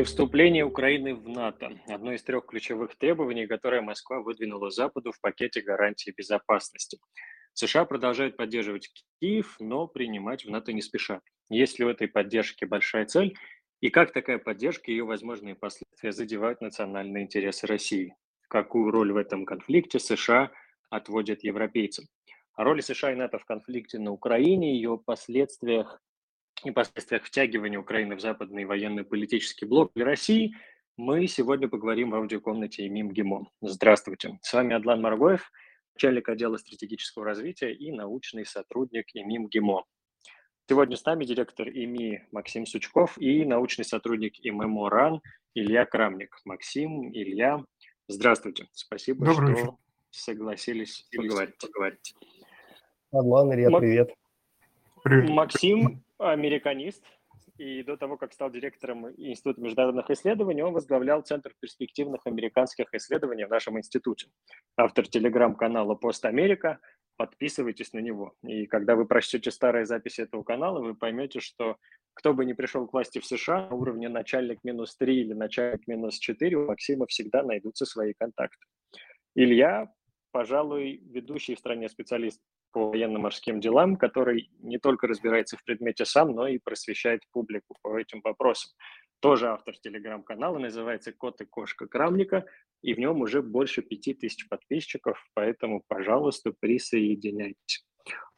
Вступление Украины в НАТО – одно из трех ключевых требований, которые Москва выдвинула Западу в пакете гарантии безопасности. США продолжают поддерживать Киев, но принимать в НАТО не спешат. Есть ли у этой поддержки большая цель? И как такая поддержка и ее возможные последствия задевают национальные интересы России? Какую роль в этом конфликте США отводят европейцам? О роли США и НАТО в конфликте на Украине, ее последствиях втягивания Украины в западный военно-политический блок для России мы сегодня поговорим в аудиокомнате ИМИ МГИМО. Здравствуйте. С вами Адлан Маргоев, начальник отдела стратегического развития и научный сотрудник ИМИ МГИМО. Сегодня с нами директор ИМИ Максим Сучков и научный сотрудник ИММО РАН Илья Крамник. Максим, Илья, здравствуйте. Спасибо, Добрый вечер. что согласились поговорить. Адлан, Илья, привет. Привет. Максим американист, и до того, как стал директором Института международных исследований, он возглавлял Центр перспективных американских исследований в нашем институте. Автор телеграм-канала «Пост Америка». Подписывайтесь на него. И когда вы прочтете старые записи этого канала, вы поймете, что кто бы ни пришел к власти в США, на уровне начальник -3 или начальник -4, у Максима всегда найдутся свои контакты. Илья, пожалуй, ведущий в стране специалист по военно-морским делам, который не только разбирается в предмете сам, но и просвещает публику по этим вопросам. Тоже автор телеграм-канала, называется «Кот и кошка Крамника», и в нем уже больше 5000 подписчиков, поэтому, пожалуйста, присоединяйтесь.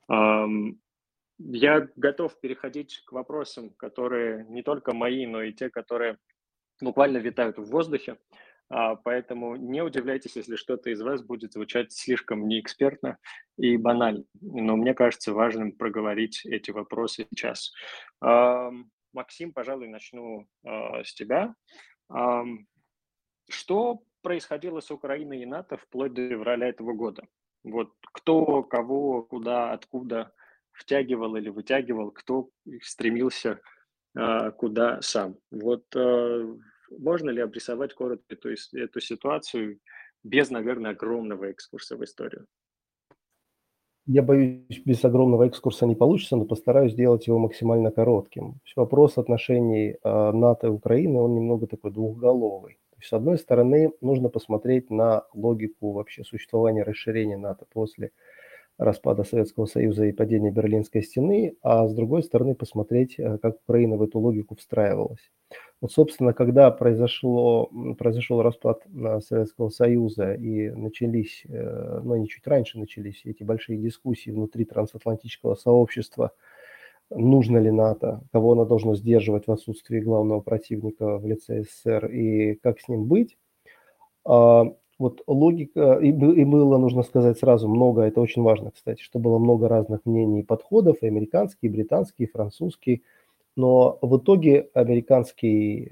Я готов переходить к вопросам, которые не только мои, но и те, которые буквально витают в воздухе. Поэтому не удивляйтесь, если что-то из вас будет звучать слишком неэкспертно и банально. Но мне кажется важным проговорить эти вопросы сейчас. Максим, пожалуй, начну с тебя. Что происходило с Украиной и НАТО вплоть до февраля этого года? Вот кто, кого, куда, откуда втягивал или вытягивал, кто стремился куда сам. Вот можно ли обрисовать коротко эту ситуацию без, наверное, огромного экскурса в историю? Я боюсь, без огромного экскурса не получится, но постараюсь сделать его максимально коротким. Вопрос отношений НАТО и Украины, он немного такой двухголовый. То есть, с одной стороны, нужно посмотреть на логику вообще существования расширения НАТО после распада Советского Союза и падения Берлинской стены, а с другой стороны посмотреть, как Украина в эту логику встраивалась. Вот, собственно, когда произошел распад Советского Союза и начались, ну, они чуть раньше начались эти большие дискуссии внутри трансатлантического сообщества, нужно ли НАТО, кого оно должно сдерживать в отсутствии главного противника в лице СССР и как с ним быть. Вот логика, и было, нужно сказать сразу, много, это очень важно, кстати, что было много разных мнений и подходов, и американские, и британские, и французские, но в итоге американский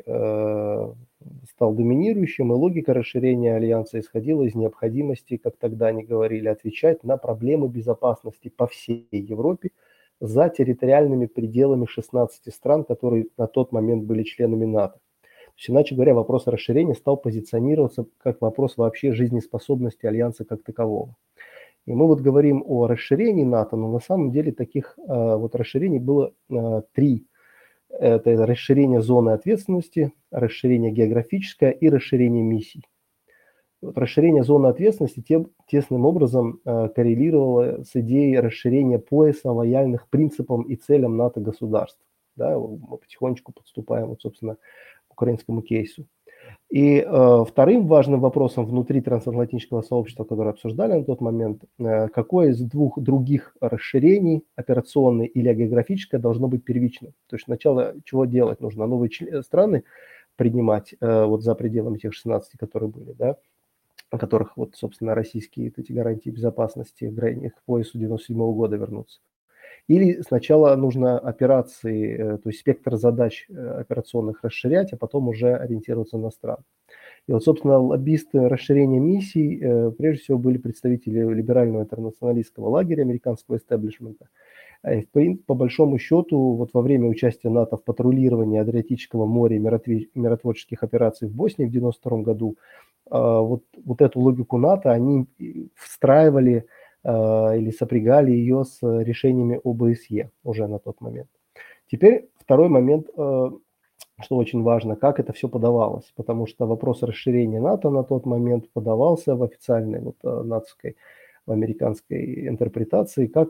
стал доминирующим, и логика расширения альянса исходила из необходимости, как тогда они говорили, отвечать на проблемы безопасности по всей Европе за территориальными пределами 16 стран, которые на тот момент были членами НАТО. То есть, иначе говоря, вопрос расширения стал позиционироваться как вопрос вообще жизнеспособности альянса как такового. И мы вот говорим о расширении НАТО, но на самом деле таких вот расширений было три. Это расширение зоны ответственности, расширение географическое и расширение миссий. Вот расширение зоны ответственности тесным образом коррелировало с идеей расширения пояса лояльных принципам и целям НАТО государств. Да, мы потихонечку подступаем, вот, собственно, к украинскому кейсу. И вторым важным вопросом внутри трансатлантического сообщества, которое обсуждали на тот момент, какое из двух других расширений, операционное или географическое, должно быть первичным. То есть сначала чего делать? Нужно новые страны принимать вот за пределами тех 16, которые были, да, о которых вот, собственно, российские эти гарантии безопасности к поясу 97 года вернутся. Или сначала нужно операции, то есть спектр задач операционных расширять, а потом уже ориентироваться на страны. И вот, собственно, лоббисты расширения миссий, прежде всего, были представители либерального интернационалистского лагеря американского истеблишмента. По большому счету, вот во время участия НАТО в патрулировании Адриатического моря и миротворческих операций в Боснии в 1992 году, вот эту логику НАТО они встраивали или сопрягали ее с решениями ОБСЕ уже на тот момент. Теперь второй момент, что очень важно, как это все подавалось, потому что вопрос расширения НАТО на тот момент подавался в официальной вот натовской, в американской интерпретации, как,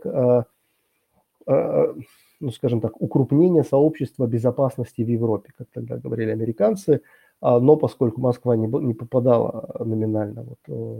ну, скажем так, укрупнение сообщества безопасности в Европе, как тогда говорили американцы, но поскольку Москва не попадала номинально вот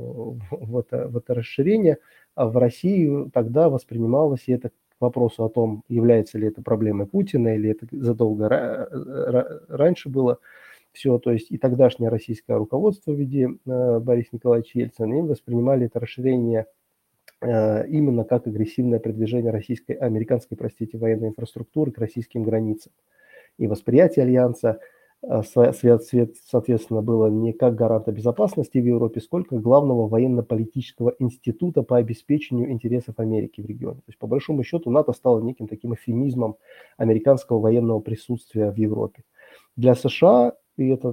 в это расширение, в России тогда воспринималось, и это к вопросу о том, является ли это проблемой Путина или это задолго раньше было все, то есть и тогдашнее российское руководство в виде Бориса Николаевича Ельцина, они воспринимали это расширение именно как агрессивное продвижение американской, простите, военной инфраструктуры к российским границам. И восприятие Альянса, соответственно, было не как гаранта безопасности в Европе, сколько главного военно-политического института по обеспечению интересов Америки в регионе. То есть, по большому счету, НАТО стало неким таким эвфемизмом американского военного присутствия в Европе. Для США, и это,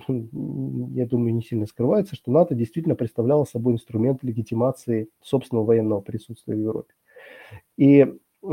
я думаю, не сильно скрывается, что НАТО действительно представляло собой инструмент легитимации собственного военного присутствия в Европе. И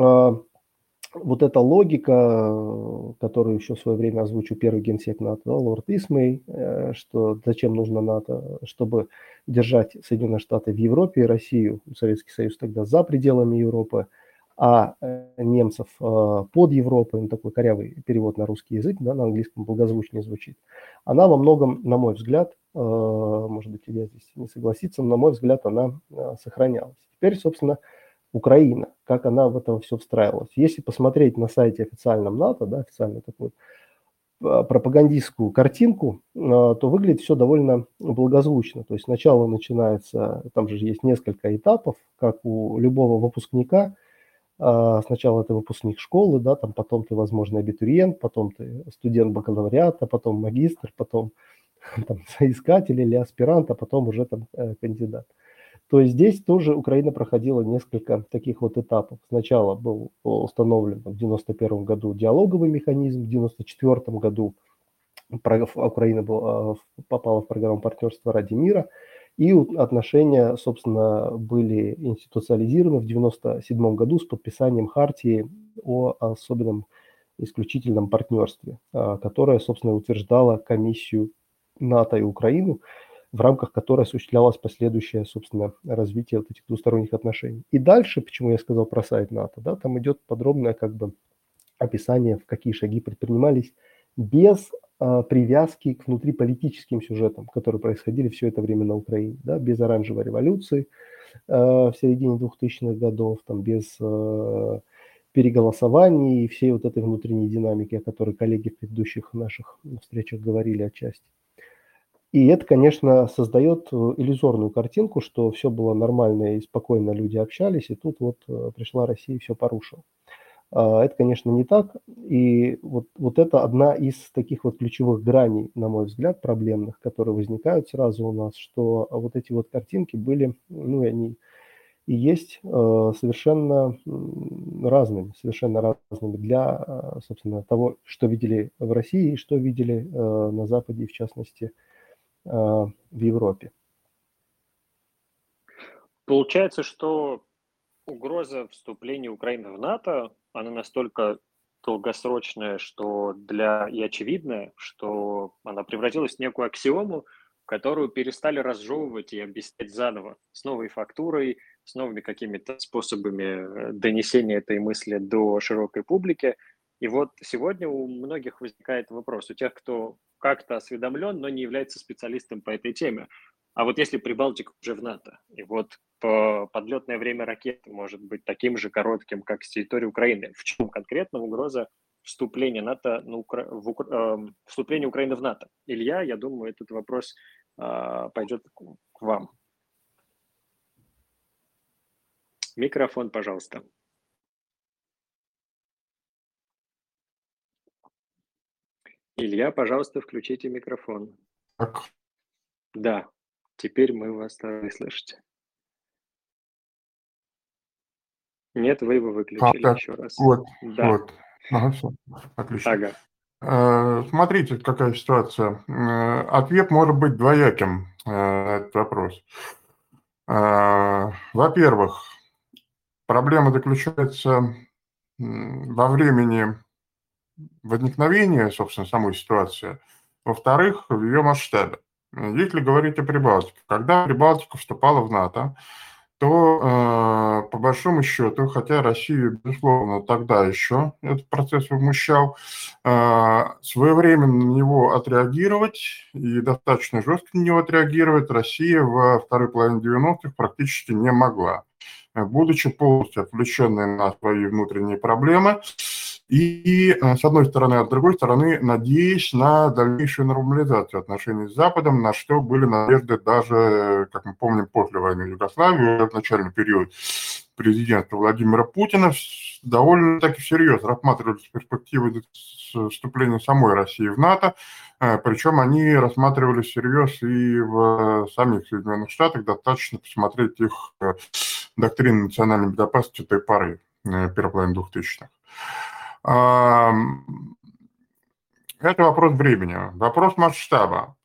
вот эта логика, которую еще в свое время озвучил первый генсек НАТО, да, лорд Исмей, что зачем нужно НАТО, чтобы держать Соединенные Штаты в Европе и Россию, Советский Союз тогда за пределами Европы, а немцев под Европой, ну, такой корявый перевод на русский язык, да, на английском благозвучнее звучит, она во многом, на мой взгляд, может быть, Илья здесь не согласится, но, на мой взгляд, она сохранялась. Теперь, собственно, Украина, как она в это все встраивалась. Если посмотреть на сайте официальном НАТО, да, официальную такую пропагандистскую картинку, то выглядит все довольно благозвучно. То есть сначала начинается, там же есть несколько этапов, как у любого выпускника. Сначала это выпускник школы, да, там потом ты, возможно, абитуриент, потом ты студент бакалавриата, потом магистр, потом там, соискатель или аспирант, а потом уже там кандидат. То есть здесь тоже Украина проходила несколько таких вот этапов. Сначала был установлен в 1991 году диалоговый механизм, в 1994 году Украина попала в программу партнерства ради мира, и отношения, собственно, были институциализированы в 1997 году с подписанием хартии о особенном исключительном партнерстве, которая, собственно, утверждала комиссию НАТО и Украину, в рамках которой осуществлялось последующее, собственно, развитие вот этих двусторонних отношений. И дальше, почему я сказал про сайт НАТО, да, там идет подробное как бы описание, в какие шаги предпринимались без привязки к внутриполитическим сюжетам, которые происходили все это время на Украине, да, без оранжевой революции в середине 2000-х годов, там, без переголосований и всей вот этой внутренней динамики, о которой коллеги в предыдущих наших встречах говорили отчасти. И это, конечно, создает иллюзорную картинку, что все было нормально и спокойно люди общались, и тут вот пришла Россия и все порушила. Это, конечно, не так. И вот это одна из таких вот ключевых граней, на мой взгляд, проблемных, которые возникают сразу у нас, что вот эти вот картинки были, ну, и они и есть совершенно разными для, собственно, того, что видели в России и что видели на Западе, и в частности, в Европе. Получается, что угроза вступления Украины в НАТО, она настолько долгосрочная, что и очевидная, что она превратилась в некую аксиому, которую перестали разжевывать и объяснять заново, с новой фактурой, с новыми какими-то способами донесения этой мысли до широкой публики. И вот сегодня у многих возникает вопрос, у тех, кто как-то осведомлен, но не является специалистом по этой теме. А вот если Прибалтика уже в НАТО, и вот подлетное время ракеты может быть таким же коротким, как с территории Украины, в чем конкретно угроза вступления НАТО вступления Украины в НАТО? Илья, я думаю, этот вопрос пойдет к вам. Микрофон, пожалуйста. Илья, пожалуйста, включите микрофон. Так. Да, теперь мы вас стали слышать. Нет, вы его выключили еще раз. Вот, да. вот. Ага, все, отлично. Ага. Смотрите, какая ситуация. Ответ может быть двояким на этот вопрос. Во-первых, проблема заключается во времени возникновения, собственно, самой ситуации. Во-вторых, в ее масштабе. Если говорить о Прибалтике, когда Прибалтика вступала в НАТО, то, по большому счету, хотя Россию, безусловно, тогда еще этот процесс возмущал, своевременно на него отреагировать и достаточно жестко на него отреагировать Россия во второй половине 90-х практически не могла, будучи полностью отвлеченной на свои внутренние проблемы и, с одной стороны, а с другой стороны, надеясь на дальнейшую нормализацию отношений с Западом, на что были надежды даже, как мы помним, после войны в Югославии, в начальный период президента Владимира Путина, довольно-таки всерьез рассматривались перспективы вступления самой России в НАТО, причем они рассматривались всерьез и в самих Соединенных Штатах, достаточно посмотреть их доктрину национальной безопасности той поры, первой половины 2000-х. Это вопрос времени, вопрос масштаба.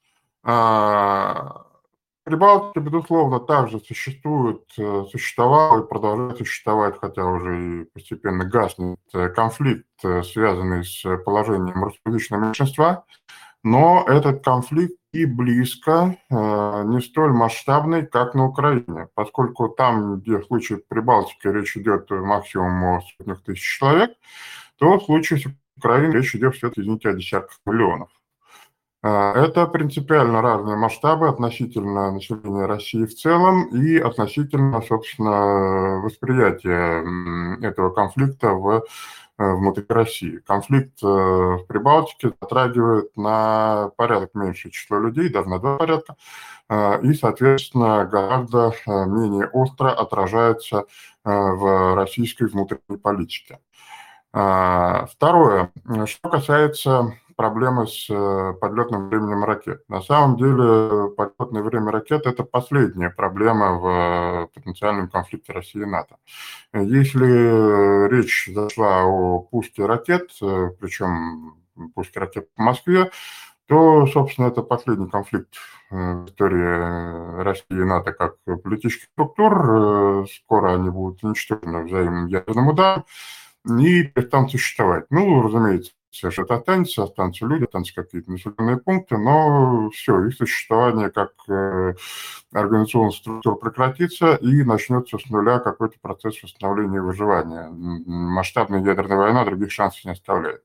Прибалтика, безусловно, также существовал и продолжает существовать, хотя уже и постепенно гаснет, конфликт, связанный с положением русскоязычного меньшинства, но этот конфликт и близко не столь масштабный, как на Украине, поскольку там, где в случае Прибалтики речь идет максимум о сотнях тысяч человек, то в случае с Украиной речь идет все-таки, извините, о десятках миллионов. Это принципиально разные масштабы относительно населения России в целом и относительно, собственно, восприятия этого конфликта внутри России. Конфликт в Прибалтике затрагивает на порядок меньшее число людей, даже на 2 порядка, и, соответственно, гораздо менее остро отражается в российской внутренней политике. Второе. Что касается проблемы с подлетным временем ракет. На самом деле подлетное время ракет – это последняя проблема в потенциальном конфликте России и НАТО. Если речь зашла о пуске ракет, причем пуске ракет по Москве, то, собственно, это последний конфликт в истории России и НАТО как политических структур. Скоро они будут уничтожены взаимным ядерным ударом и перестанут существовать. Ну, разумеется, что-то останутся люди, останутся какие-то населенные пункты, но все, их существование как организационных структур прекратится и начнется с нуля какой-то процесс восстановления и выживания. Масштабная ядерная война других шансов не оставляет.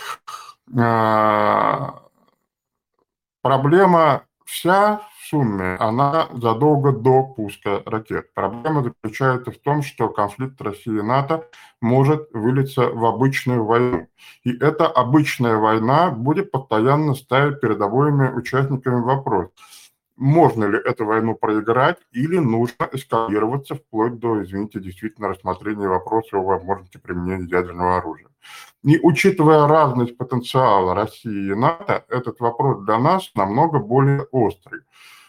Проблема вся в сумме, она задолго до пуска ракет. Проблема заключается в том, что конфликт России и НАТО может вылиться в обычную войну. И эта обычная война будет постоянно ставить перед обоими участниками вопрос, можно ли эту войну проиграть или нужно эскалироваться вплоть до, извините, действительно рассмотрения вопроса о возможности применения ядерного оружия. И учитывая разность потенциала России и НАТО, этот вопрос для нас намного более острый.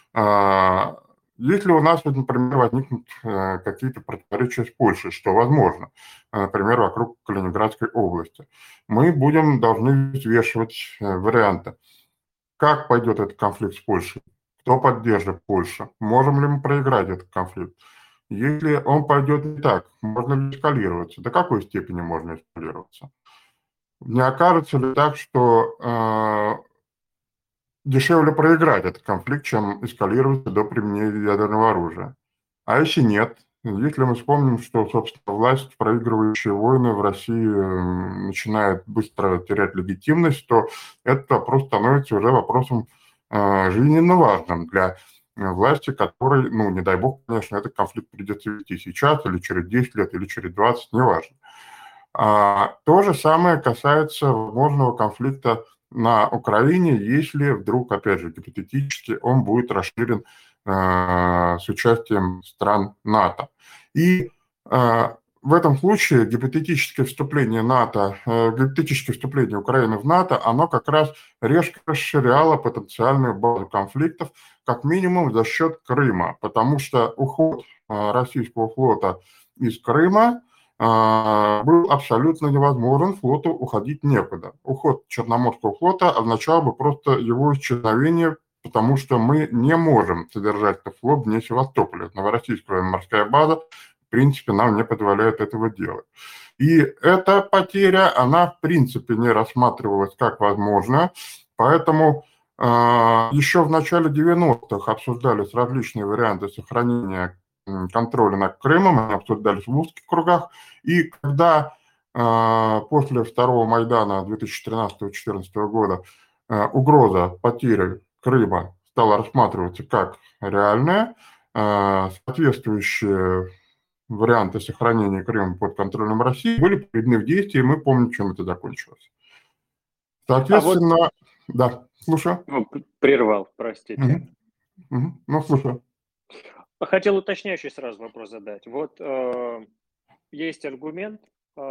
Если у нас, например, возникнут какие-то противоречия с Польшей, что возможно, например, вокруг Калининградской области, мы должны взвешивать варианты. Как пойдет этот конфликт с Польшей? Кто поддержит Польшу? Можем ли мы проиграть этот конфликт? Если он пойдет не так, можно ли эскалироваться? До какой степени можно эскалироваться? Не окажется ли так, что дешевле проиграть этот конфликт, чем эскалироваться до применения ядерного оружия? А если нет? Если мы вспомним, что, собственно, власть, проигрывающая войны в России, начинает быстро терять легитимность, то этот вопрос становится уже вопросом жизненно важным для власти, которой, не дай бог, конечно, этот конфликт придется вести сейчас, или через 10 лет, или через 20, неважно. То же самое касается возможного конфликта на Украине, если вдруг, опять же, гипотетически, он будет расширен с участием стран НАТО. И в этом случае гипотетическое вступление Украины в НАТО, оно как раз резко расширяло потенциальную базу конфликтов, как минимум за счет Крыма, потому что уход российского флота из Крыма был абсолютно невозможен, флоту уходить некуда. Уход Черноморского флота означал бы просто его исчезновение, потому что мы не можем содержать этот флот вне Севастополя. Новороссийская морская база, в принципе, нам не позволяет этого делать. И эта потеря, она в принципе не рассматривалась как возможная, поэтому еще в начале 90-х обсуждались различные варианты сохранения контроля над Крымом, они обсуждались в узких кругах, и когда после второго Майдана 2013-2014 года угроза потери Крыма стала рассматриваться как реальная, соответствующие варианты сохранения Крыма под контролем России были приведены в действие, и мы помним, чем это закончилось. Соответственно, да, слушаю. Прервал, простите. Ну, слушаю. Хотел уточняющий сразу вопрос задать. Вот есть аргумент,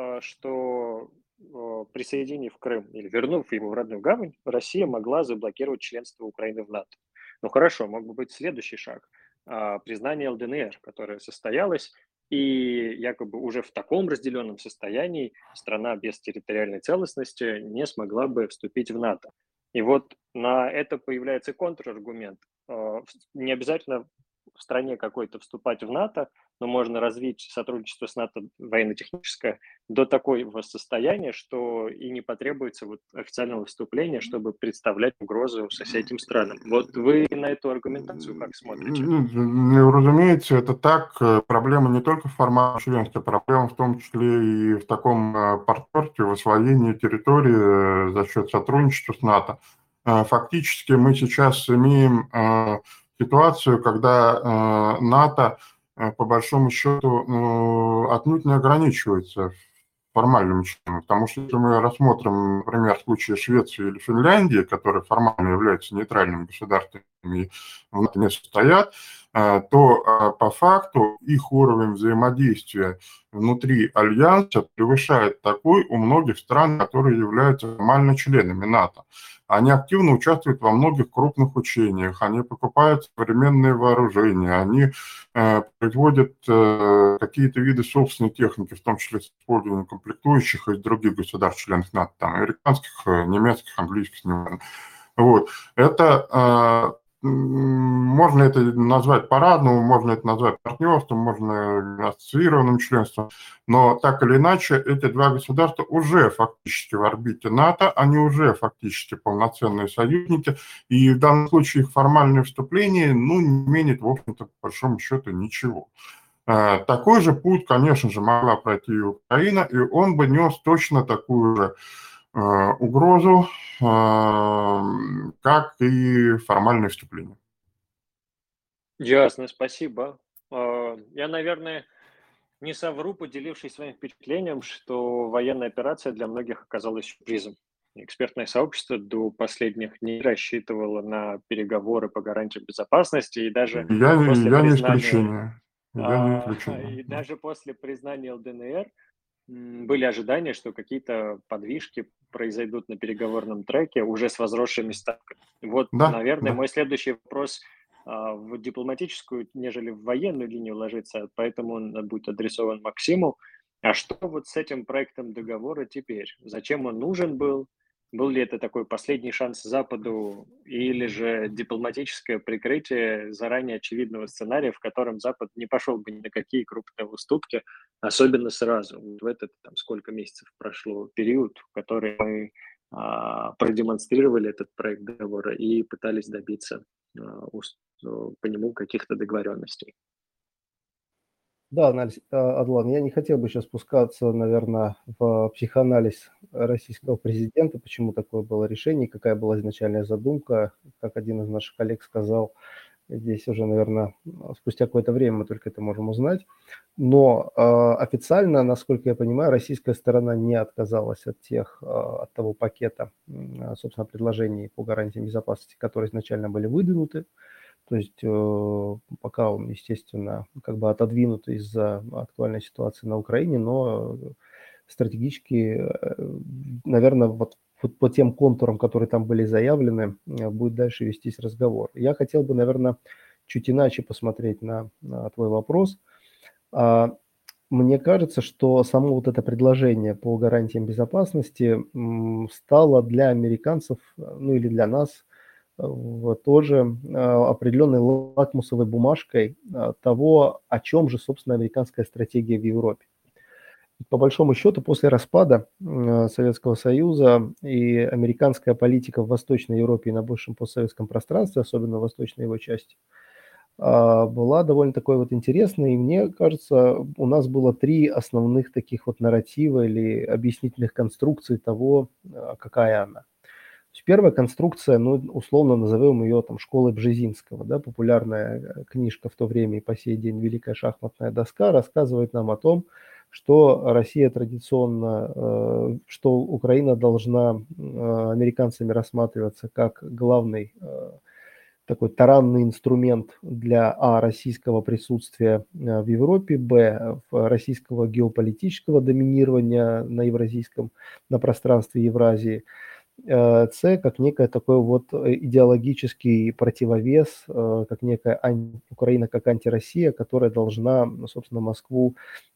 что присоединив Крым или вернув его в родную гавань, Россия могла заблокировать членство Украины в НАТО. Ну хорошо, мог бы быть следующий шаг. Признание ЛДНР, которое состоялось, и якобы уже в таком разделенном состоянии страна без территориальной целостности не смогла бы вступить в НАТО. И вот на это появляется контраргумент. Не обязательно в стране какой-то вступать в НАТО, но можно развить сотрудничество с НАТО военно-техническое до такого состояния, что и не потребуется вот официального вступления, чтобы представлять угрозу соседним странам. Вот вы на эту аргументацию как смотрите? Разумеется, это так. Проблема не только в формате членства, проблема в том числе и в таком партнерстве, в освоении территории за счет сотрудничества с НАТО. Фактически мы сейчас имеем ситуацию, когда НАТО, по большому счету, отнюдь не ограничивается формальным членом, потому что если мы рассмотрим, например, случаи Швеции или Финляндии, которые формально являются нейтральными государствами и в НАТО не состоят, то по факту их уровень взаимодействия внутри альянса превышает такой у многих стран, которые являются формально членами НАТО. Они активно участвуют во многих крупных учениях, они покупают современные вооружения, они производят какие-то виды собственной техники, в том числе с использованием комплектующих из других государств-членов НАТО, там, американских, немецких, английских, неважно. Вот. Это можно это назвать по-разному, можно это назвать партнерством, можно ассоциированным членством, но так или иначе эти два государства уже фактически в орбите НАТО, они уже фактически полноценные союзники, и в данном случае их формальное вступление не меняет, в общем-то, по большому счету ничего. Такой же путь, конечно же, могла пройти и Украина, и он бы нес точно такую же угрозу, как и формальное вступление. Ясно, спасибо. Я, наверное, не совру, поделившись своим впечатлением, что военная операция для многих оказалась сюрпризом. Экспертное сообщество до последних дней рассчитывало на переговоры по гарантиям безопасности, и даже после Я не признания, исключение. и даже после признания ЛДНР были ожидания, что какие-то подвижки произойдут на переговорном треке уже с возросшими ставками. Вот, наверное, мой следующий вопрос в дипломатическую, нежели в военную линию ложится, поэтому он будет адресован Максиму. А что вот с этим проектом договора теперь? Зачем он нужен был? Был ли это такой последний шанс Западу или же дипломатическое прикрытие заранее очевидного сценария, в котором Запад не пошел бы ни на какие крупные уступки, особенно сразу, в этот, там, сколько месяцев прошло период, в который мы продемонстрировали этот проект договора и пытались добиться по нему каких-то договоренностей. Да, Адлан, я не хотел бы сейчас спускаться, наверное, в психоанализ российского президента, почему такое было решение, какая была изначальная задумка. Как один из наших коллег сказал, здесь уже, наверное, спустя какое-то время мы только это можем узнать. Но официально, насколько я понимаю, российская сторона не отказалась от того пакета, собственно, предложений по гарантиям безопасности, которые изначально были выдвинуты. То есть пока он, естественно, как бы отодвинут из-за актуальной ситуации на Украине, но стратегически, наверное, вот по тем контурам, которые там были заявлены, будет дальше вестись разговор. Я хотел бы, наверное, чуть иначе посмотреть на твой вопрос. Мне кажется, что само вот это предложение по гарантиям безопасности стало для американцев, ну или для нас, тоже определенной лакмусовой бумажкой того, о чем же, собственно, американская стратегия в Европе. По большому счету, после распада Советского Союза и американская политика в Восточной Европе и на бывшем постсоветском пространстве, особенно в восточной его части, была довольно такой вот интересной. И мне кажется, у нас было три основных таких вот нарратива или объяснительных конструкций того, какая она. То есть первая конструкция, ну, условно назовем ее там школой Бжезинского, да, популярная книжка в то время и по сей день «Великая шахматная доска», рассказывает нам о том, что Россия традиционно, что Украина должна американцами рассматриваться как главный такой таранный инструмент для российского присутствия в Европе, российского геополитического доминирования на евразийском, на пространстве Евразии, как некое такой вот идеологический противовес, как некая Украина как антироссия, которая должна, собственно, Москву,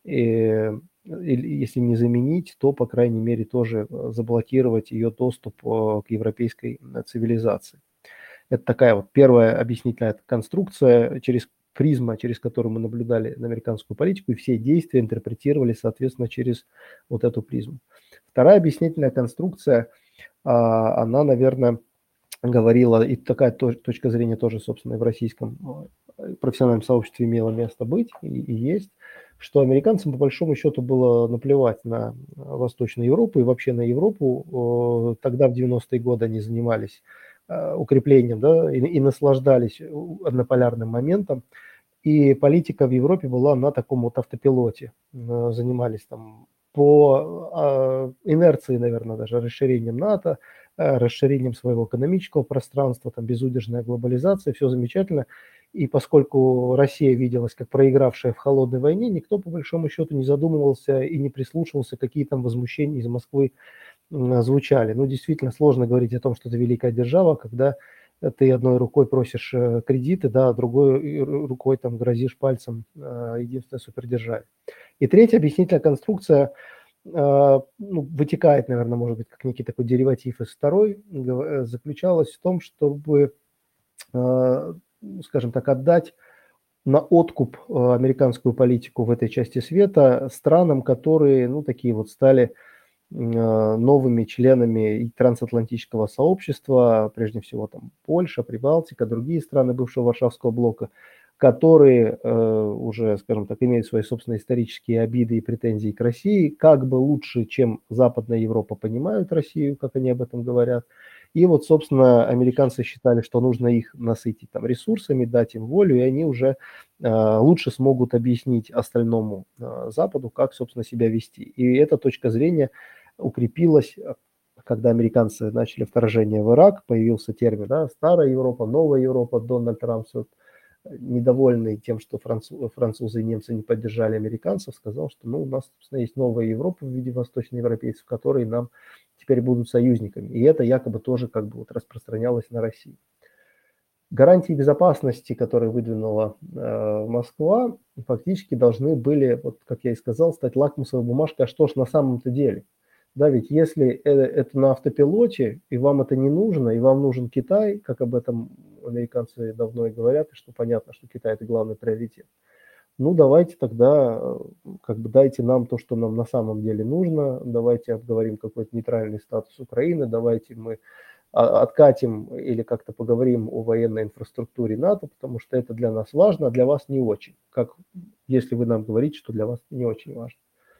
если не заменить, то, по крайней мере, тоже заблокировать ее доступ к европейской цивилизации. Это такая вот первая объяснительная конструкция, призма, через которую мы наблюдали на американскую политику, и все действия интерпретировали, соответственно, через вот эту призму. Вторая объяснительная конструкция, она, наверное, говорила, и такая точка зрения тоже, собственно, и в российском профессиональном сообществе имела место быть и есть, что американцам по большому счету было наплевать на Восточную Европу и вообще на Европу. Тогда в 90-е годы они занимались укреплением, да, и наслаждались однополярным моментом. И политика в Европе была на таком вот автопилоте. Занимались там по инерции, наверное, даже расширением НАТО, расширением своего экономического пространства, там безудержная глобализация, все замечательно. И поскольку Россия виделась как проигравшая в холодной войне, никто по большому счету не задумывался и не прислушивался, какие там возмущения из Москвы звучали. Ну, действительно сложно говорить о том, что это великая держава, когда ты одной рукой просишь кредиты, да, а другой рукой там грозишь пальцем единственной супердержаве. И третья объяснительная конструкция вытекает, наверное, может быть, как некий такой дериватив из второй, заключалась в том, чтобы, скажем так, отдать на откуп американскую политику в этой части света странам, которые, ну, такие вот стали новыми членами и трансатлантического сообщества, прежде всего там Польша, Прибалтика, другие страны бывшего Варшавского блока, которые уже, скажем так, имеют свои собственные исторические обиды и претензии к России, как бы лучше, чем Западная Европа, понимают Россию, как они об этом говорят. И вот, собственно, американцы считали, что нужно их насытить там ресурсами, дать им волю, и они уже лучше смогут объяснить остальному Западу, как, собственно, себя вести. И эта точка зрения укрепилась, когда американцы начали вторжение в Ирак, появился термин, да, старая Европа, новая Европа. Дональд Трамп, недовольный тем, что французы и немцы не поддержали американцев, сказал, что ну, у нас, собственно, есть новая Европа в виде восточноевропейцев, которые нам теперь будут союзниками. И это якобы тоже как бы вот распространялось на Россию. Гарантии безопасности, которые выдвинула Москва, фактически должны были, вот как я и сказал, стать лакмусовой бумажкой, а что ж на самом-то деле. Да, ведь если это на автопилоте, и вам это не нужно, и вам нужен Китай, как об этом американцы давно и говорят, и что понятно, что Китай – это главный приоритет, ну давайте тогда, как бы дайте нам то, что нам на самом деле нужно, давайте обговорим какой-то нейтральный статус Украины, давайте мы откатим или как-то поговорим о военной инфраструктуре НАТО, потому что это для нас важно, а для вас не очень, как если вы нам говорите, что для вас не очень важно.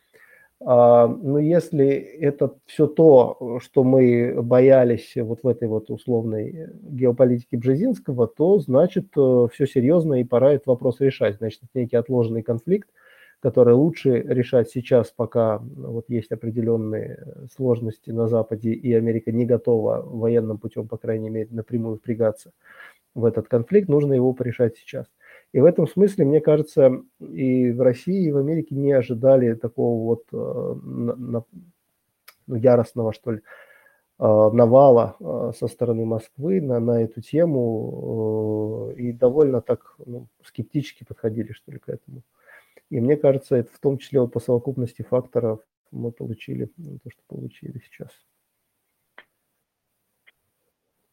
Но если это все то, что мы боялись вот в этой вот условной геополитике Бжезинского, то значит все серьезно и пора этот вопрос решать. Значит, это некий отложенный конфликт, который лучше решать сейчас, пока вот есть определенные сложности на Западе, и Америка не готова военным путем, по крайней мере, напрямую впрягаться в этот конфликт, нужно его порешать сейчас. И в этом смысле, мне кажется, и в России, и в Америке не ожидали такого вот яростного, что ли, навала со стороны Москвы на эту тему, и довольно так скептически подходили, что ли, к этому. И мне кажется, это в том числе вот по совокупности факторов мы получили то, что получили сейчас.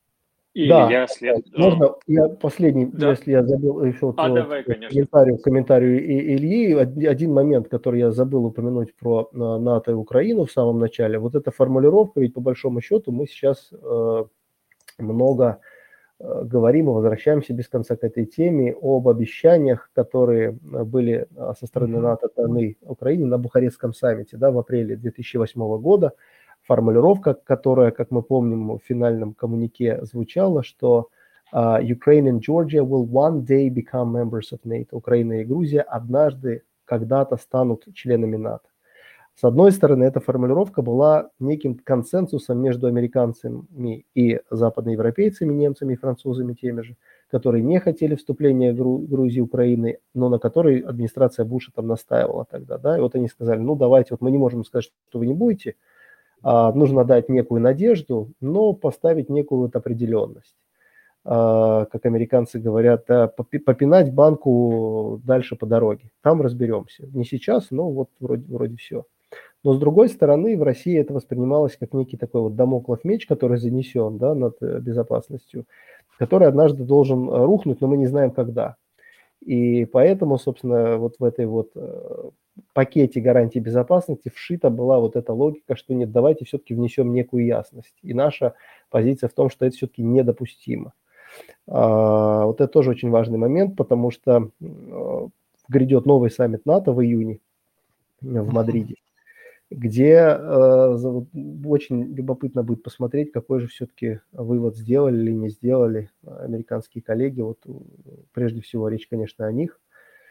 Или Да, я след... можно я последний, Да. если я забыл еще Давай, конечно. комментарию Ильи, один момент, который я забыл упомянуть про НАТО и Украину в самом начале. Вот эта формулировка, ведь по большому счету мы сейчас много говорим и возвращаемся без конца к этой теме об обещаниях, которые были со стороны НАТО даны Украине на Бухарестском саммите, да, в апреле 2008 года. Формулировка, которая, как мы помним, в финальном коммюнике звучала, что Ukraine and Georgia will one day become members of NATO. Украина и Грузия однажды когда-то станут членами НАТО. С одной стороны, эта формулировка была неким консенсусом между американцами и западноевропейцами, немцами и французами теми же, которые не хотели вступления Грузии и Украины, но на которой администрация Буша там настаивала тогда. Да? И вот они сказали, ну давайте, вот мы не можем сказать, что вы не будете, нужно дать некую надежду, но поставить некую вот определенность. Как американцы говорят, да, попинать банку дальше по дороге. Там разберемся. Не сейчас, но вот вроде все. Но с другой стороны, в России это воспринималось как некий такой вот дамоклов меч, который занесен, да, над безопасностью, который однажды должен рухнуть, но мы не знаем когда. И поэтому, собственно, вот в этой вот пакете гарантий безопасности вшита была вот эта логика, что нет, давайте все-таки внесем некую ясность. И наша позиция в том, что это все-таки недопустимо. Вот это тоже очень важный момент, потому что грядет новый саммит НАТО в июне в Мадриде, где очень любопытно будет посмотреть, какой же все-таки вывод сделали или не сделали американские коллеги. Вот прежде всего речь, конечно, о них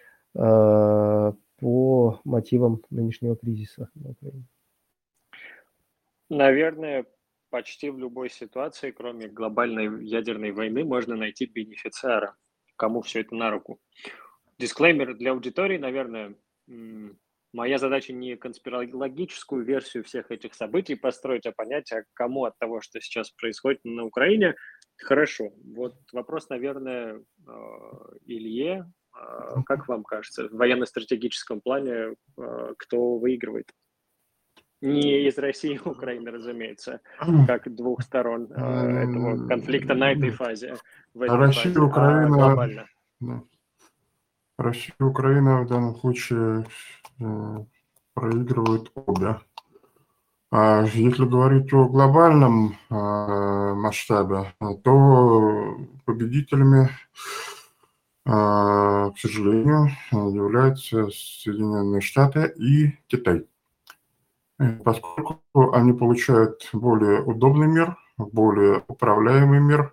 по мотивам нынешнего кризиса на Украине. Наверное, почти в любой ситуации, кроме глобальной ядерной войны, можно найти бенефициара, кому все это на руку. Дисклеймер для аудитории, наверное, моя задача не конспирологическую версию всех этих событий построить, а понять, а кому от того, что сейчас происходит на Украине, хорошо. Вот вопрос, наверное, Илье. Как вам кажется, в военно-стратегическом плане кто выигрывает? Не из России и Украины, разумеется, как двух сторон этого конфликта на этой фазе, Россия и Украина, глобально. Да. Россия и Украина в данном случае проигрывают обе. Если говорить о глобальном масштабе, то победителями, к сожалению, являются Соединенные Штаты и Китай. Поскольку они получают более удобный мир, более управляемый мир,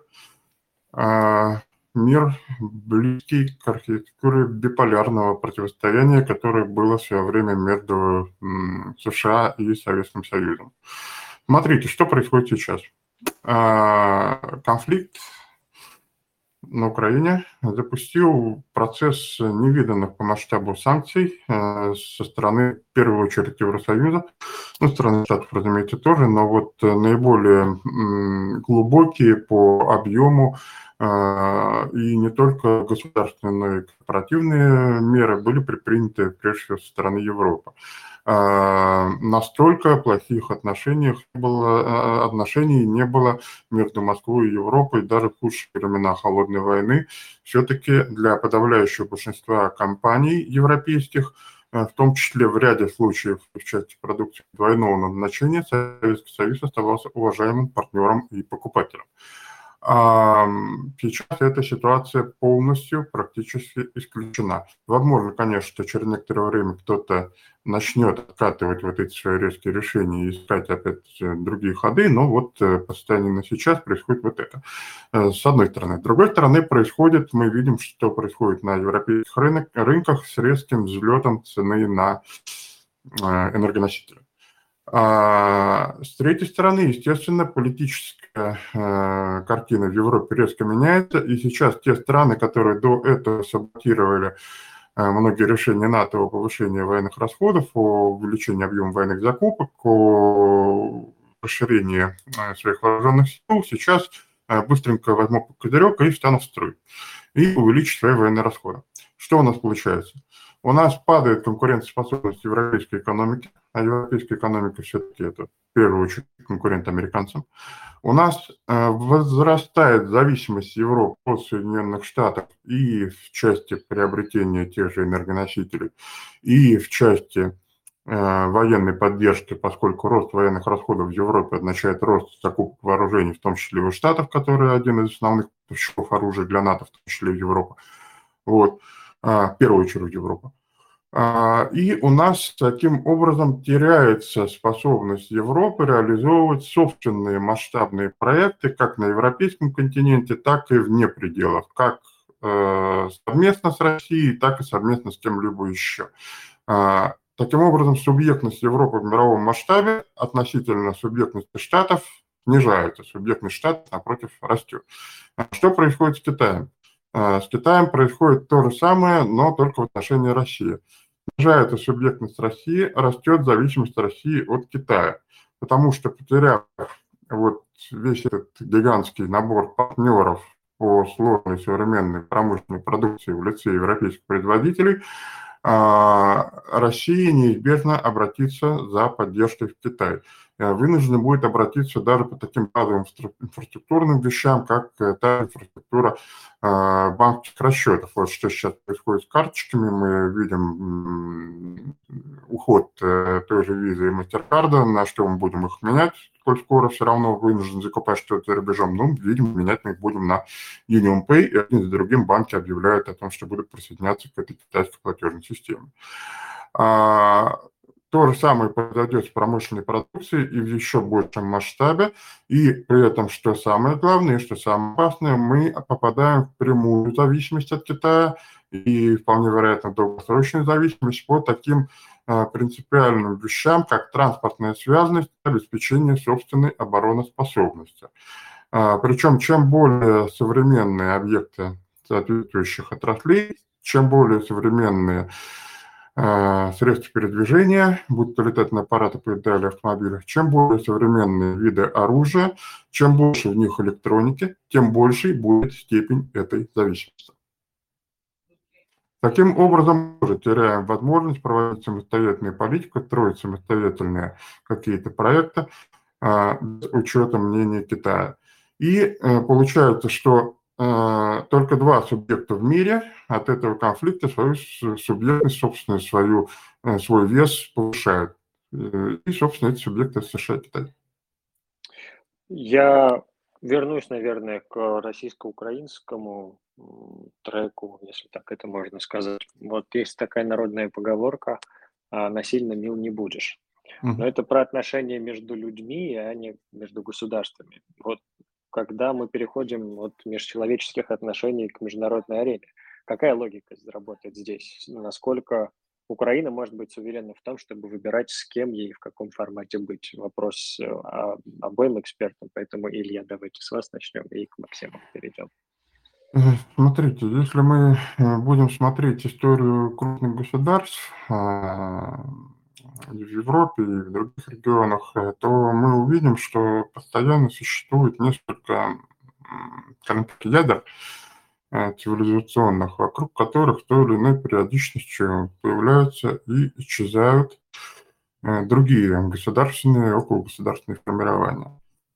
мир близкий к архитектуре биполярного противостояния, которое было в свое время между США и Советским Союзом. Смотрите, что происходит сейчас. Конфликт на Украине запустил процесс невиданных по масштабу санкций со стороны, в первую очередь, Евросоюза, со стороны Штатов, разумеется, тоже, но вот наиболее глубокие по объему и не только государственные, но и корпоративные меры были предприняты, прежде всего, со стороны Европы. Настолько плохих отношений не было между Москвой и Европой даже в худшие времена холодной войны. Все-таки для подавляющего большинства компаний европейских, в том числе в ряде случаев в части продукции двойного назначения, Советский Союз оставался уважаемым партнером и покупателем. Сейчас эта ситуация полностью практически исключена. Возможно, конечно, что через некоторое время кто-то начнет откатывать вот эти свои резкие решения и искать опять другие ходы, но вот по состоянию на сейчас происходит вот это. С одной стороны. С другой стороны, мы видим, что происходит на европейских рынках с резким взлетом цены на энергоносители. С третьей стороны, естественно, политическая картина в Европе резко меняется, и сейчас те страны, которые до этого саботировали многие решения НАТО о повышении военных расходов, о увеличении объема военных закупок, о расширении своих вооруженных сил, сейчас быстренько возьмут козырек и встанут в строй, и увеличат свои военные расходы. Что у нас получается? у нас падает конкурентоспособность европейской экономики, а европейская экономика все-таки это в первую очередь конкурент американцам. У нас возрастает зависимость Европы от Соединенных Штатов и в части приобретения тех же энергоносителей, и в части военной поддержки, поскольку рост военных расходов в Европе означает рост закупок вооружений, в том числе у Штатов, которые один из основных поставщиков оружия для НАТО, в том числе в Европу. Вот. В первую очередь Европа. И у нас таким образом теряется способность Европы реализовывать собственные масштабные проекты как на европейском континенте, так и вне пределов, как совместно с Россией, так и совместно с кем-либо еще. Таким образом, субъектность Европы в мировом масштабе относительно субъектности Штатов снижается, субъектность Штатов, напротив, растет. Что происходит с Китаем? С Китаем происходит то же самое, но только в отношении России. Снижается субъектность России, растет зависимость России от Китая. Потому что, потеряв вот весь этот гигантский набор партнеров по сложной современной промышленной продукции в лице европейских производителей, Россия неизбежно обратится за поддержкой в Китай. Вынуждена будет обратиться даже по таким базовым инфраструктурным вещам, как та инфраструктура банковских расчетов. Вот что сейчас происходит с карточками. Мы видим уход той же визы и мастеркарда, на что мы будем их менять, коль скоро все равно вынуждены закупать что-то за рубежом. Ну, видимо, менять мы их будем на UnionPay, и один за другим банки объявляют о том, что будут присоединяться к этой китайской платежной системе. То же самое произойдет с промышленной продукцией и в еще большем масштабе. И при этом, что самое главное, и что самое опасное, мы попадаем в прямую зависимость от Китая и вполне вероятно долгосрочную зависимость по таким принципиальным вещам, как транспортная связанность и обеспечение собственной обороноспособности. Причем, чем более современные объекты соответствующих отраслей, чем более современные средства передвижения, будь то летательные аппараты, поезда или автомобили, чем более современные виды оружия, чем больше в них электроники, тем больше будет степень этой зависимости. Таким образом, мы уже теряем возможность проводить самостоятельную политику, строить самостоятельные какие-то проекты с учетом мнения Китая. И получается, что только два субъекта в мире от этого конфликта свою субъектность, собственно, свой вес повышают. И, собственно, эти субъекты США и Китай. Я вернусь, наверное, к российско-украинскому треку, если так это можно сказать. Вот есть такая народная поговорка «насильно мил не будешь». Но это про отношения между людьми, а не между государствами. Вот когда мы переходим от межчеловеческих отношений к международной арене, какая логика работает здесь? Насколько Украина может быть уверена в том, чтобы выбирать, с кем ей в каком формате быть? Вопрос обоим экспертам, поэтому, Илья, давайте с вас начнем и к Максиму перейдем. Смотрите, если мы будем смотреть историю крупных государств в Европе и в других регионах, то мы увидим, что постоянно существует несколько ядер цивилизационных, вокруг которых той или иной периодичностью появляются и исчезают другие государственные и окологосударственные формирования.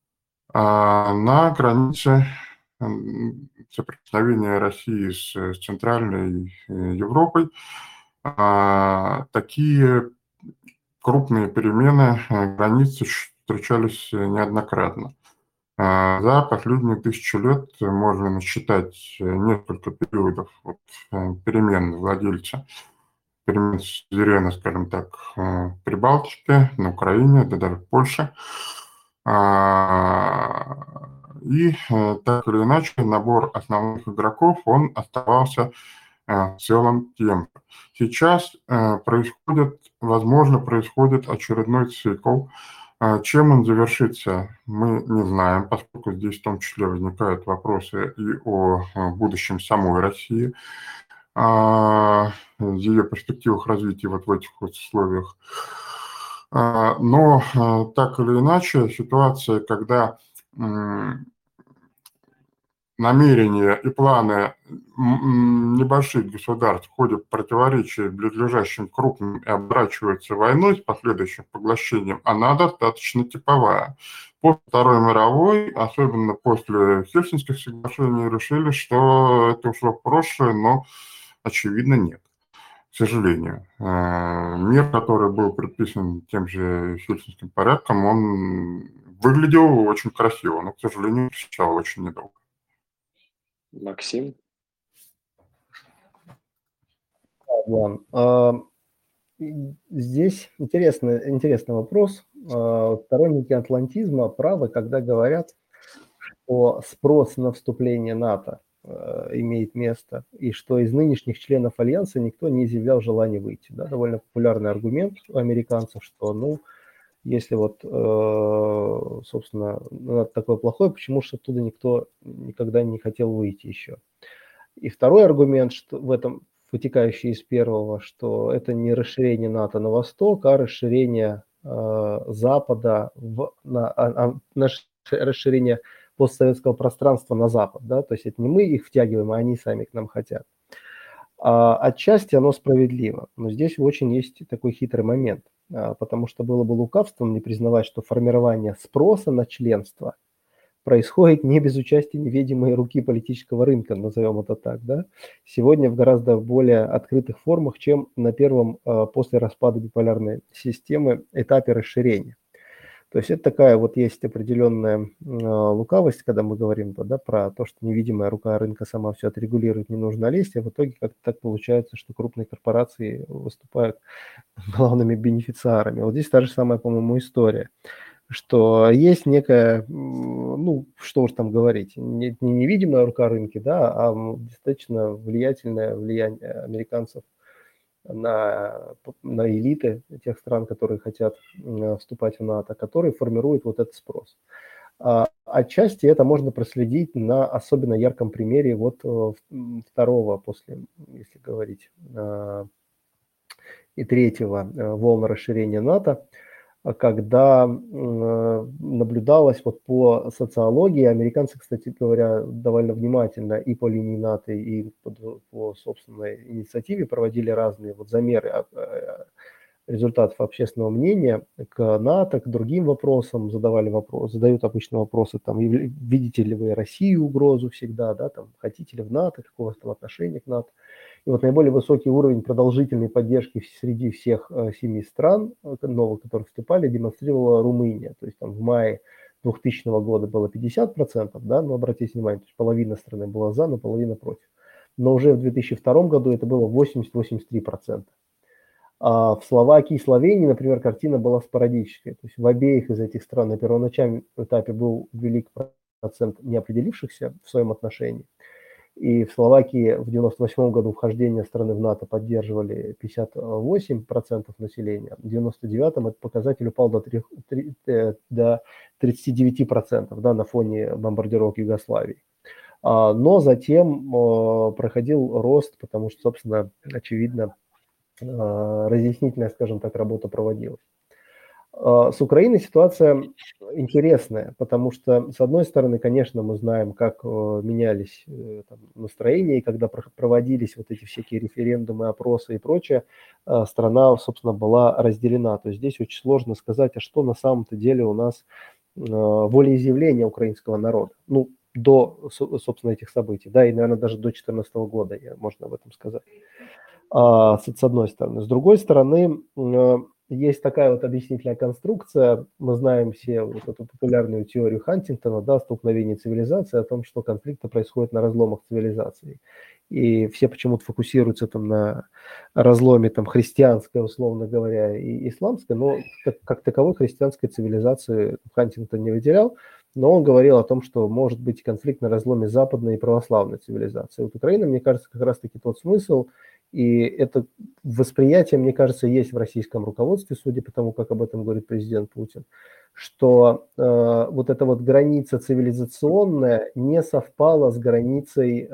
На границе соприкосновения России с Центральной Европой такие крупные перемены границ встречались неоднократно. За последние 1000 лет можно насчитать несколько периодов перемен владельца, перемен сюзерена, скажем так, в Прибалтике, на Украине, да даже в Польше. И так или иначе набор основных игроков, он оставался в целом тем же. Сейчас возможно, происходит очередной цикл. Чем он завершится, мы не знаем, поскольку здесь в том числе возникают вопросы и о будущем самой России, ее перспективах развития вот в этих вот условиях. Но так или иначе, ситуация, когда намерения и планы небольших государств входят в противоречие близлежащим крупным и оборачиваются войной с последующим поглощением, она достаточно типовая. После Второй мировой, особенно после Хельсинских соглашений, решили, что это ушло в прошлое, но, очевидно, нет. К сожалению. Мир, который был предписан тем же Хельсинским порядком, он выглядел очень красиво, но, к сожалению, встречал очень недолго. Максим? Здесь интересный вопрос. Сторонники атлантизма правы, когда говорят, что спрос на вступление НАТО имеет место, и что из нынешних членов Альянса никто не изъявлял желания выйти. Да? Довольно популярный аргумент у американцев, что, если собственно, НАТО такое плохое, почему же оттуда никто никогда не хотел выйти еще? И второй аргумент, что в этом вытекающий из первого, что это не расширение НАТО на восток, а расширение Запада, расширение постсоветского пространства на Запад. Да? То есть это не мы их втягиваем, а они сами к нам хотят. Отчасти оно справедливо, но здесь очень есть такой хитрый момент, потому что было бы лукавством не признавать, что формирование спроса на членство происходит не без участия невидимой руки политического рынка, назовем это так, да, сегодня в гораздо более открытых формах, чем на первом после распада биполярной системы этапе расширения. То есть это такая есть определенная лукавость, когда мы говорим про то, что невидимая рука рынка сама все отрегулирует, не нужно лезть, а в итоге как-то так получается, что крупные корпорации выступают главными бенефициарами. Вот здесь та же самая, по-моему, история, что есть некая, что уж там говорить, не невидимая рука рынка, да, а достаточно влиятельное влияние американцев на элиты тех стран, которые хотят вступать в НАТО, которые формируют вот этот спрос. Отчасти это можно проследить на особенно ярком примере второго после, если говорить, и третьего волны расширения НАТО, когда наблюдалось по социологии, американцы, кстати говоря, довольно внимательно и по линии НАТО, и по собственной инициативе проводили разные замеры результатов общественного мнения к НАТО, к другим вопросам, задают обычно вопросы, видите ли вы Россию угрозу всегда, да, хотите ли в НАТО, какого там отношения к НАТО. И наиболее высокий уровень продолжительной поддержки среди всех 7 стран новых, которые вступали, демонстрировала Румыния. То есть в мае 2000 года было 50%, да, но обратите внимание, то есть половина страны была за, но половина против. Но уже в 2002 году это было 80-83%. А в Словакии и Словении, например, картина была спорадическая. То есть в обеих из этих стран на первоначальном этапе был велик процент неопределившихся в своем отношении. И в Словакии в 1998 году вхождение страны в НАТО поддерживали 58% населения. В 1999 этот показатель упал до 39%, да, на фоне бомбардировок Югославии. Но затем проходил рост, потому что, собственно, очевидно, разъяснительная, скажем так, работа проводилась. С Украиной ситуация интересная, потому что, с одной стороны, конечно, мы знаем, как менялись настроения, и когда проводились эти всякие референдумы, опросы и прочее, страна, собственно, была разделена. То есть здесь очень сложно сказать, а что на самом-то деле у нас волеизъявление украинского народа. До, собственно, этих событий, да, и, наверное, даже до 2014 года, можно об этом сказать, с одной стороны. С другой стороны, есть такая объяснительная конструкция, мы знаем все эту популярную теорию Хантингтона, да, столкновение цивилизаций, о том, что конфликты происходят на разломах цивилизации. И все почему-то фокусируются на разломе христианской, условно говоря, и исламской, но как таковой христианской цивилизации Хантингтон не выделял, но он говорил о том, что может быть конфликт на разломе западной и православной цивилизации. Украина, мне кажется, как раз-таки тот смысл, и это восприятие, мне кажется, есть в российском руководстве, судя по тому, как об этом говорит президент Путин, что эта граница цивилизационная не совпала с границей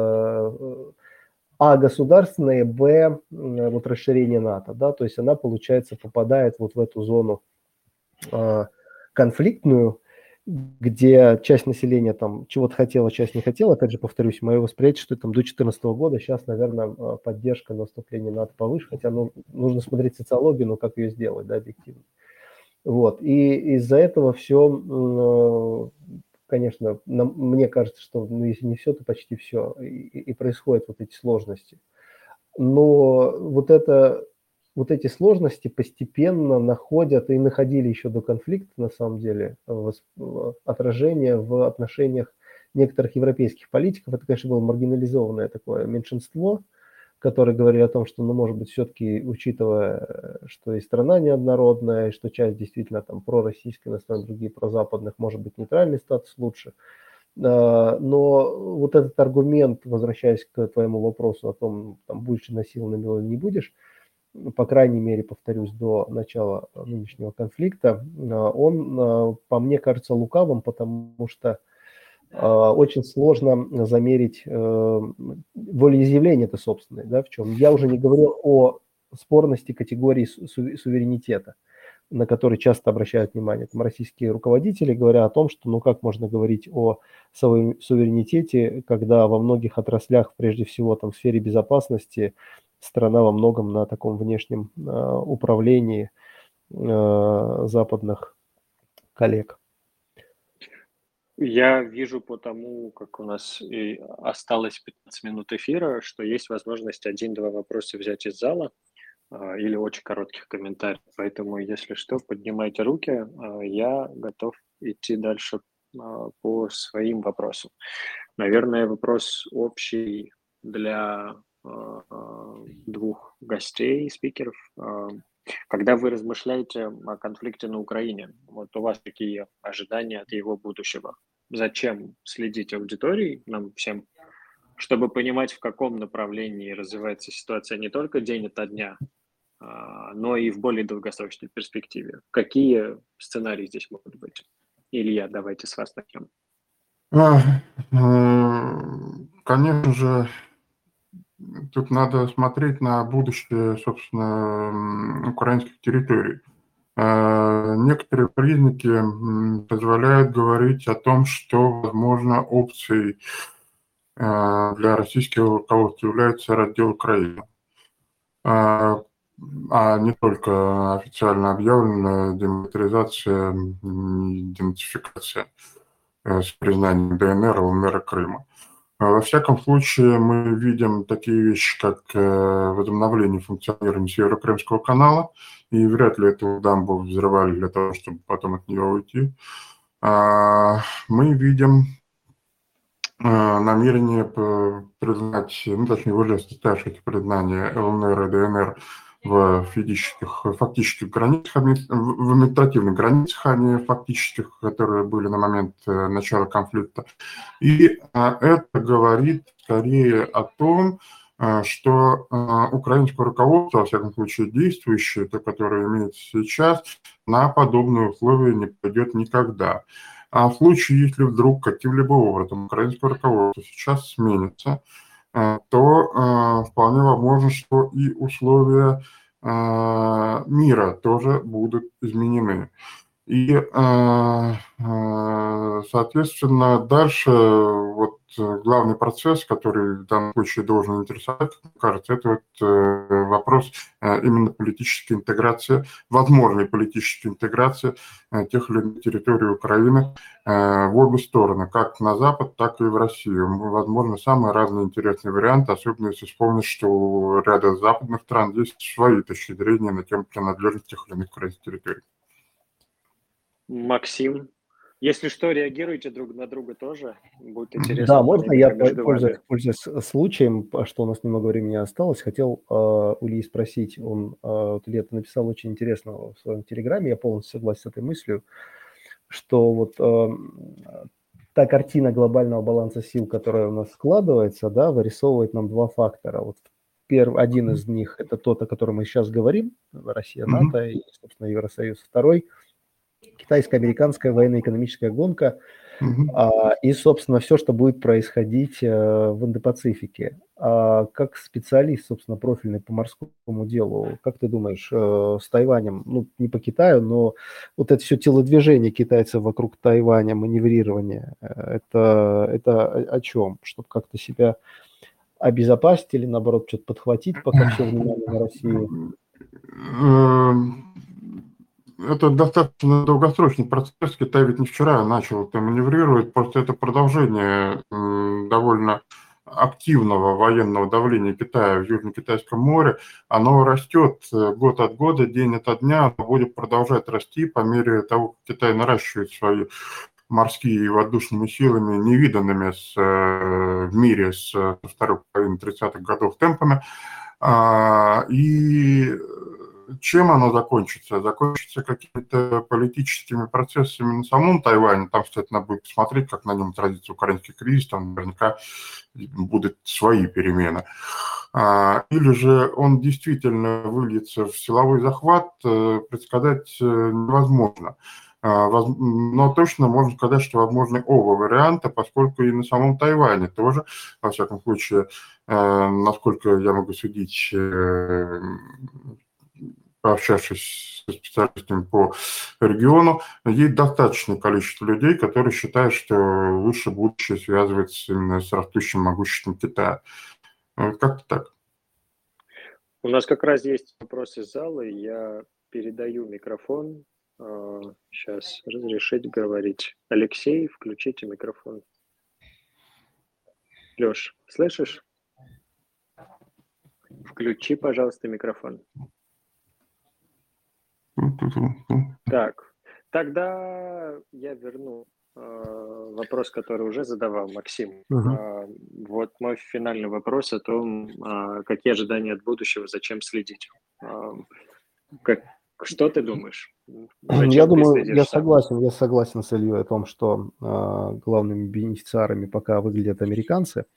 государственной, расширения НАТО, да, то есть она, получается, попадает в эту зону конфликтную, где часть населения там чего-то хотела, часть не хотела. Опять же, повторюсь, мое восприятие, что там до 2014 года, сейчас, наверное, поддержка на наступления НАТО повыше, хотя нужно смотреть социологию, но как ее сделать, да, объективно. Вот, и из-за этого все, конечно, мне кажется, что, если не все, то почти все, и происходят вот эти сложности. Но вот эти сложности постепенно находят и находили еще до конфликта, на самом деле, отражение в отношениях некоторых европейских политиков. Это, конечно, было маргинализованное такое меньшинство, которые говорили о том, что, может быть, все-таки, учитывая, что и страна неоднородная, и что часть действительно там пророссийская настроена, другие прозападных, может быть, нейтральный статус лучше. Но вот этот аргумент, возвращаясь к твоему вопросу о том, там, будешь насилованным или не будешь, по крайней мере, повторюсь, до начала нынешнего конфликта, он, по мне, кажется лукавым, потому что очень сложно замерить волеизъявление-то собственное, да, в чем. Я уже не говорю о спорности категории суверенитета, на который часто обращают внимание. Там российские руководители говорят о том, что как можно говорить о суверенитете, когда во многих отраслях, прежде всего там в сфере безопасности, страна во многом на таком внешнем управлении западных коллег. Я вижу по тому, как у нас и осталось 15 минут эфира, что есть возможность 1-2 вопроса взять из зала или очень коротких комментариев. Поэтому, если что, поднимайте руки. Я готов идти дальше по своим вопросам. Наверное, вопрос общий для двух гостей, спикеров. Когда вы размышляете о конфликте на Украине, вот у вас какие ожидания от его будущего? Зачем следить аудиторией нам всем, чтобы понимать, в каком направлении развивается ситуация не только день ото дня, но и в более долгосрочной перспективе? Какие сценарии здесь могут быть? Илья, давайте с вас начнем. Конечно же, тут надо смотреть на будущее, собственно, украинских территорий. Некоторые признаки позволяют говорить о том, что, возможно, опцией для российского руководства является раздел Украины. А не только официально объявленная демилитаризация, денацификация с признанием ДНР, ЛНР и Крыма. Во всяком случае, мы видим такие вещи, как возобновление функционирования Северо-Крымского канала, и вряд ли эту дамбу взрывали для того, чтобы потом от нее уйти. Мы видим намерение признать, точнее, уже состоявшееся признание ЛНР и ДНР в фактических границах, в административных границах, а не фактических, которые были на момент начала конфликта. И это говорит скорее о том, что украинское руководство, во всяком случае действующее, то, которое имеется сейчас, на подобные условия не пойдет никогда. А в случае, если вдруг каким-либо образом украинское руководство сейчас сменится, то вполне возможно, что и условия мира тоже будут изменены. И, соответственно, дальше вот главный процесс, который в данном случае должен интересовать, как мне кажется, это вот вопрос именно политической интеграции, возможной политической интеграции тех или иных территорий Украины в обе стороны, как на Запад, так и в Россию. Возможно, самые разные интересные варианты, особенно если вспомнить, что у ряда западных стран есть свои точки зрения на тему принадлежности тех или иных украинских территорий. Максим, если что, реагируйте друг на друга тоже. Будет интересно. Да, можно я, между вами. пользуясь случаем, что у нас немного времени осталось, хотел у Ильи спросить, Илья, ты написал очень интересно в своем телеграме, я полностью согласен с этой мыслью, что вот та картина глобального баланса сил, которая у нас складывается, да, вырисовывает нам два фактора. Вот один из них – это тот, о котором мы сейчас говорим, Россия, НАТО и, собственно, Евросоюз. Второй – китайско-американская военно-экономическая гонка и, собственно, все, что будет происходить в Индо-Пацифике. Как специалист, собственно, профильный по морскому делу, как ты думаешь, с Тайванем, ну, не по Китаю, но вот это все телодвижение китайцев вокруг Тайваня, маневрирование, это о чем? Чтобы как-то себя обезопасить или, наоборот, что-то подхватить, пока все внимание на Россию? Это достаточно долгосрочный процесс. Китай ведь не вчера начал это маневрировать, просто это продолжение довольно активного военного давления Китая в Южно-Китайском море. Оно растет год от года, день ото дня, оно будет продолжать расти по мере того, как Китай наращивает свои морскими и воздушными силами, невиданными в мире с второй половины 30-х годов темпами. И чем оно закончится? Закончится какими-то политическими процессами на самом Тайване. Там, кстати, надо будет посмотреть, как на нем отразится украинский кризис. Там наверняка будут свои перемены. Или же он действительно выльется в силовой захват, предсказать невозможно. Но точно можно сказать, что возможны оба варианта, поскольку и на самом Тайване тоже, во всяком случае, насколько я могу судить, пообщавшись со специалистами по региону, есть достаточное количество людей, которые считают, что лучше будущее связывается именно с растущим могуществом Китая. Вот как-то так. У нас как раз есть вопрос из зала, и я передаю микрофон. Сейчас разрешить говорить. Алексей, включите микрофон. Лёш, слышишь? Включи, пожалуйста, микрофон. Так, тогда я верну вопрос, который уже задавал Максим. Вот мой финальный вопрос о том, какие ожидания от будущего, зачем следить. Что ты думаешь? Я думаю, я согласен с Ильей о том, что главными бенефициарами пока выглядят американцы.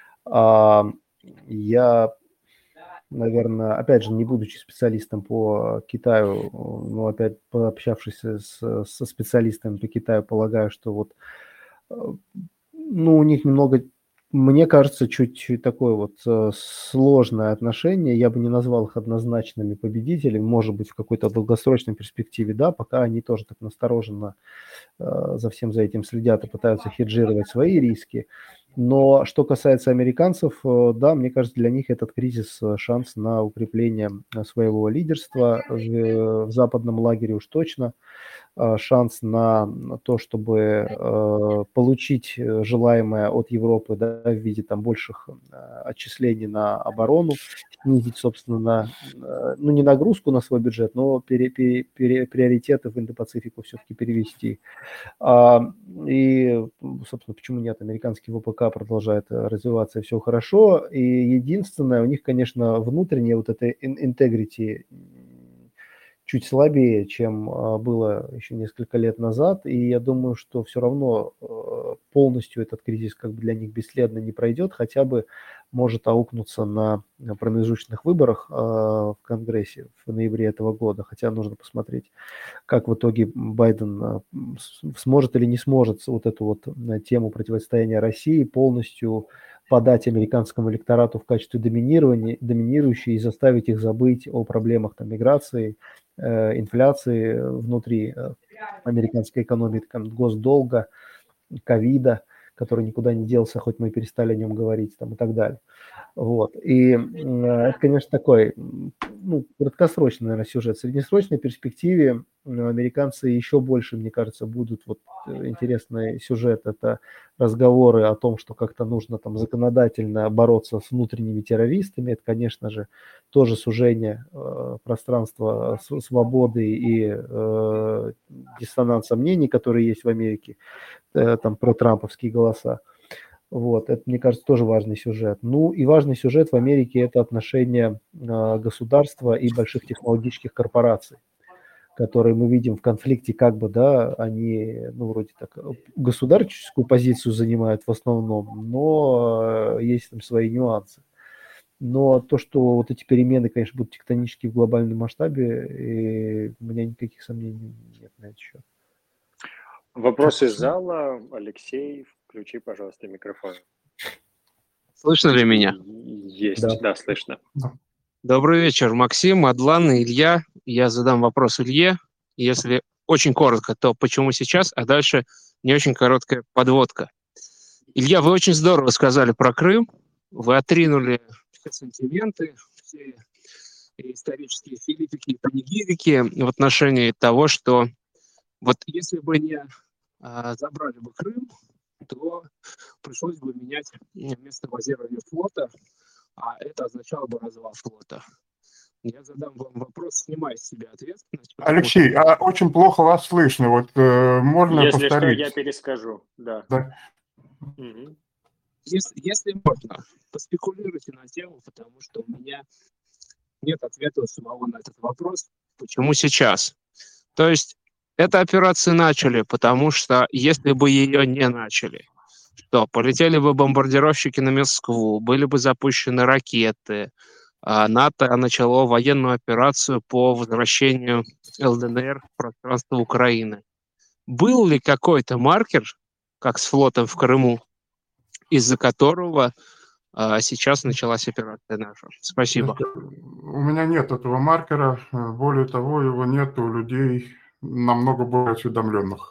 Я, наверное, опять же, не будучи специалистом по Китаю, но опять пообщавшись со специалистами по Китаю, полагаю, что вот, ну, у них немного, мне кажется, чуть такое вот сложное отношение. Я бы не назвал их однозначными победителями. Может быть, в какой-то долгосрочной перспективе, да, пока они тоже так настороженно за всем за этим следят и пытаются хеджировать свои риски. Но что касается американцев, да, мне кажется, для них этот кризис шанс на укрепление своего лидерства в западном лагере уж точно, шанс на то, чтобы получить желаемое от Европы, да, в виде там больших отчислений на оборону, снизить, собственно, ну, не нагрузку на свой бюджет, но приоритеты в Индо-Пацифику все-таки перевести. И, собственно, почему нет? Американский ВПК продолжает развиваться, и все хорошо. И единственное, у них, конечно, внутреннее вот это integrity чуть слабее, чем было еще несколько лет назад. И я думаю, что все равно полностью этот кризис как бы для них бесследно не пройдет, хотя бы может аукнуться на промежуточных выборах в Конгрессе в ноябре этого года. Хотя нужно посмотреть, как в итоге Байден сможет или не сможет вот эту вот тему противостояния России полностью подать американскому электорату в качестве доминирующей и заставить их забыть о проблемах там, миграции, инфляции внутри американской экономики, там, госдолга, ковида, который никуда не делся, хоть мы и перестали о нем говорить, там, и так далее. Вот. И это, конечно, такой, ну, краткосрочный, наверное, сюжет. В среднесрочной перспективе американцы еще больше, мне кажется, будут, вот интересный сюжет, это разговоры о том, что как-то нужно там законодательно бороться с внутренними террористами. Это, конечно же, тоже сужение пространства свободы и диссонанса мнений, которые есть в Америке, там про трамповские голоса. Вот, это, мне кажется, тоже важный сюжет. Ну и важный сюжет в Америке – это отношения государства и больших технологических корпораций, которые мы видим в конфликте, как бы, да, они, ну, вроде так, государственную позицию занимают в основном, но есть там свои нюансы. Но то, что вот эти перемены, конечно, будут тектонические в глобальном масштабе, и у меня никаких сомнений нет на этот счет. Вопрос из зала. Алексей, включи, пожалуйста, микрофон. Слышно ли меня? Есть, да, слышно. Добрый вечер, Максим, Адлан и Илья. Я задам вопрос Илье. Если очень коротко, то почему сейчас, а дальше не очень короткая подводка. Илья, вы очень здорово сказали про Крым. Вы отринули все сантименты, все исторические филиппики и панигирики в отношении того, что вот если бы не забрали бы Крым, то пришлось бы менять место базирования флота, а это означало бы развал флота. Я задам вам вопрос, снимая с себя ответственность. Алексей, очень плохо вас слышно. Вот можно Если повторить? что, я перескажу. Да. Угу. Если можно, поспекулируйте на тему, потому что у меня нет ответа самого на этот вопрос. Почему сейчас? То есть эту операцию начали, потому что если бы ее не начали, то полетели бы бомбардировщики на Москву, были бы запущены ракеты, НАТО начало военную операцию по возвращению ЛДНР в пространство Украины. Был ли какой-то маркер, как с флотом в Крыму, из-за которого сейчас началась операция наша? Спасибо. У меня нет этого маркера. Более того, его нет у людей намного более осведомленных.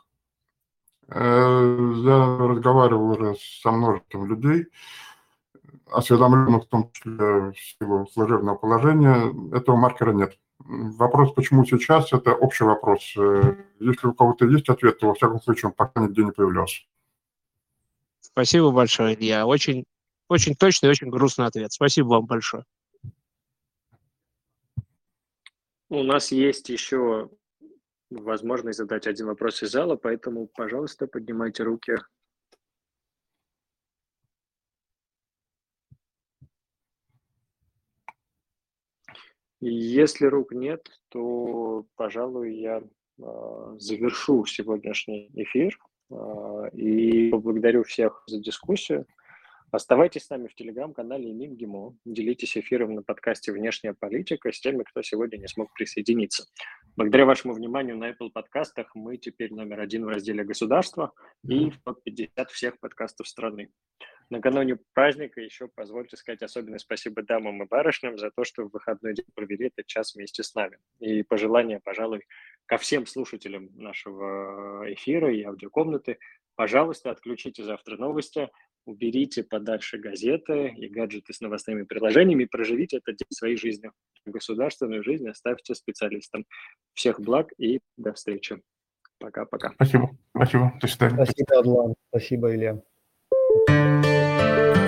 Я разговаривал уже со множеством людей, осведомленных в том числе в силу служебного положения. Этого маркера нет. Вопрос, почему сейчас, это общий вопрос. Если у кого-то есть ответ, то, во всяком случае, он пока нигде не появлялся. Спасибо большое, Илья. Очень, очень точный и очень грустный ответ. Спасибо вам большое. У нас есть еще возможность задать один вопрос из зала, поэтому, пожалуйста, поднимайте руки. Если рук нет, то, пожалуй, я завершу сегодняшний эфир и поблагодарю всех за дискуссию. Оставайтесь с нами в телеграм-канале МИГИМО, делитесь эфиром на подкасте «Внешняя политика» с теми, кто сегодня не смог присоединиться. Благодаря вашему вниманию на Apple подкастах мы теперь номер 1 в разделе «Государство» и в топ-50 всех подкастов страны. Накануне праздника еще позвольте сказать особенное спасибо дамам и барышням за то, что в выходной день провели этот час вместе с нами. И пожелание, пожалуй, ко всем слушателям нашего эфира и аудиокомнаты: пожалуйста, отключите завтра новости, уберите подальше газеты и гаджеты с новостными приложениями и проживите этот день своей жизнью. Государственную жизнь оставьте специалистам. Всех благ и до встречи. Пока-пока. Спасибо. До свидания. Спасибо, Адлан. Спасибо, Илья.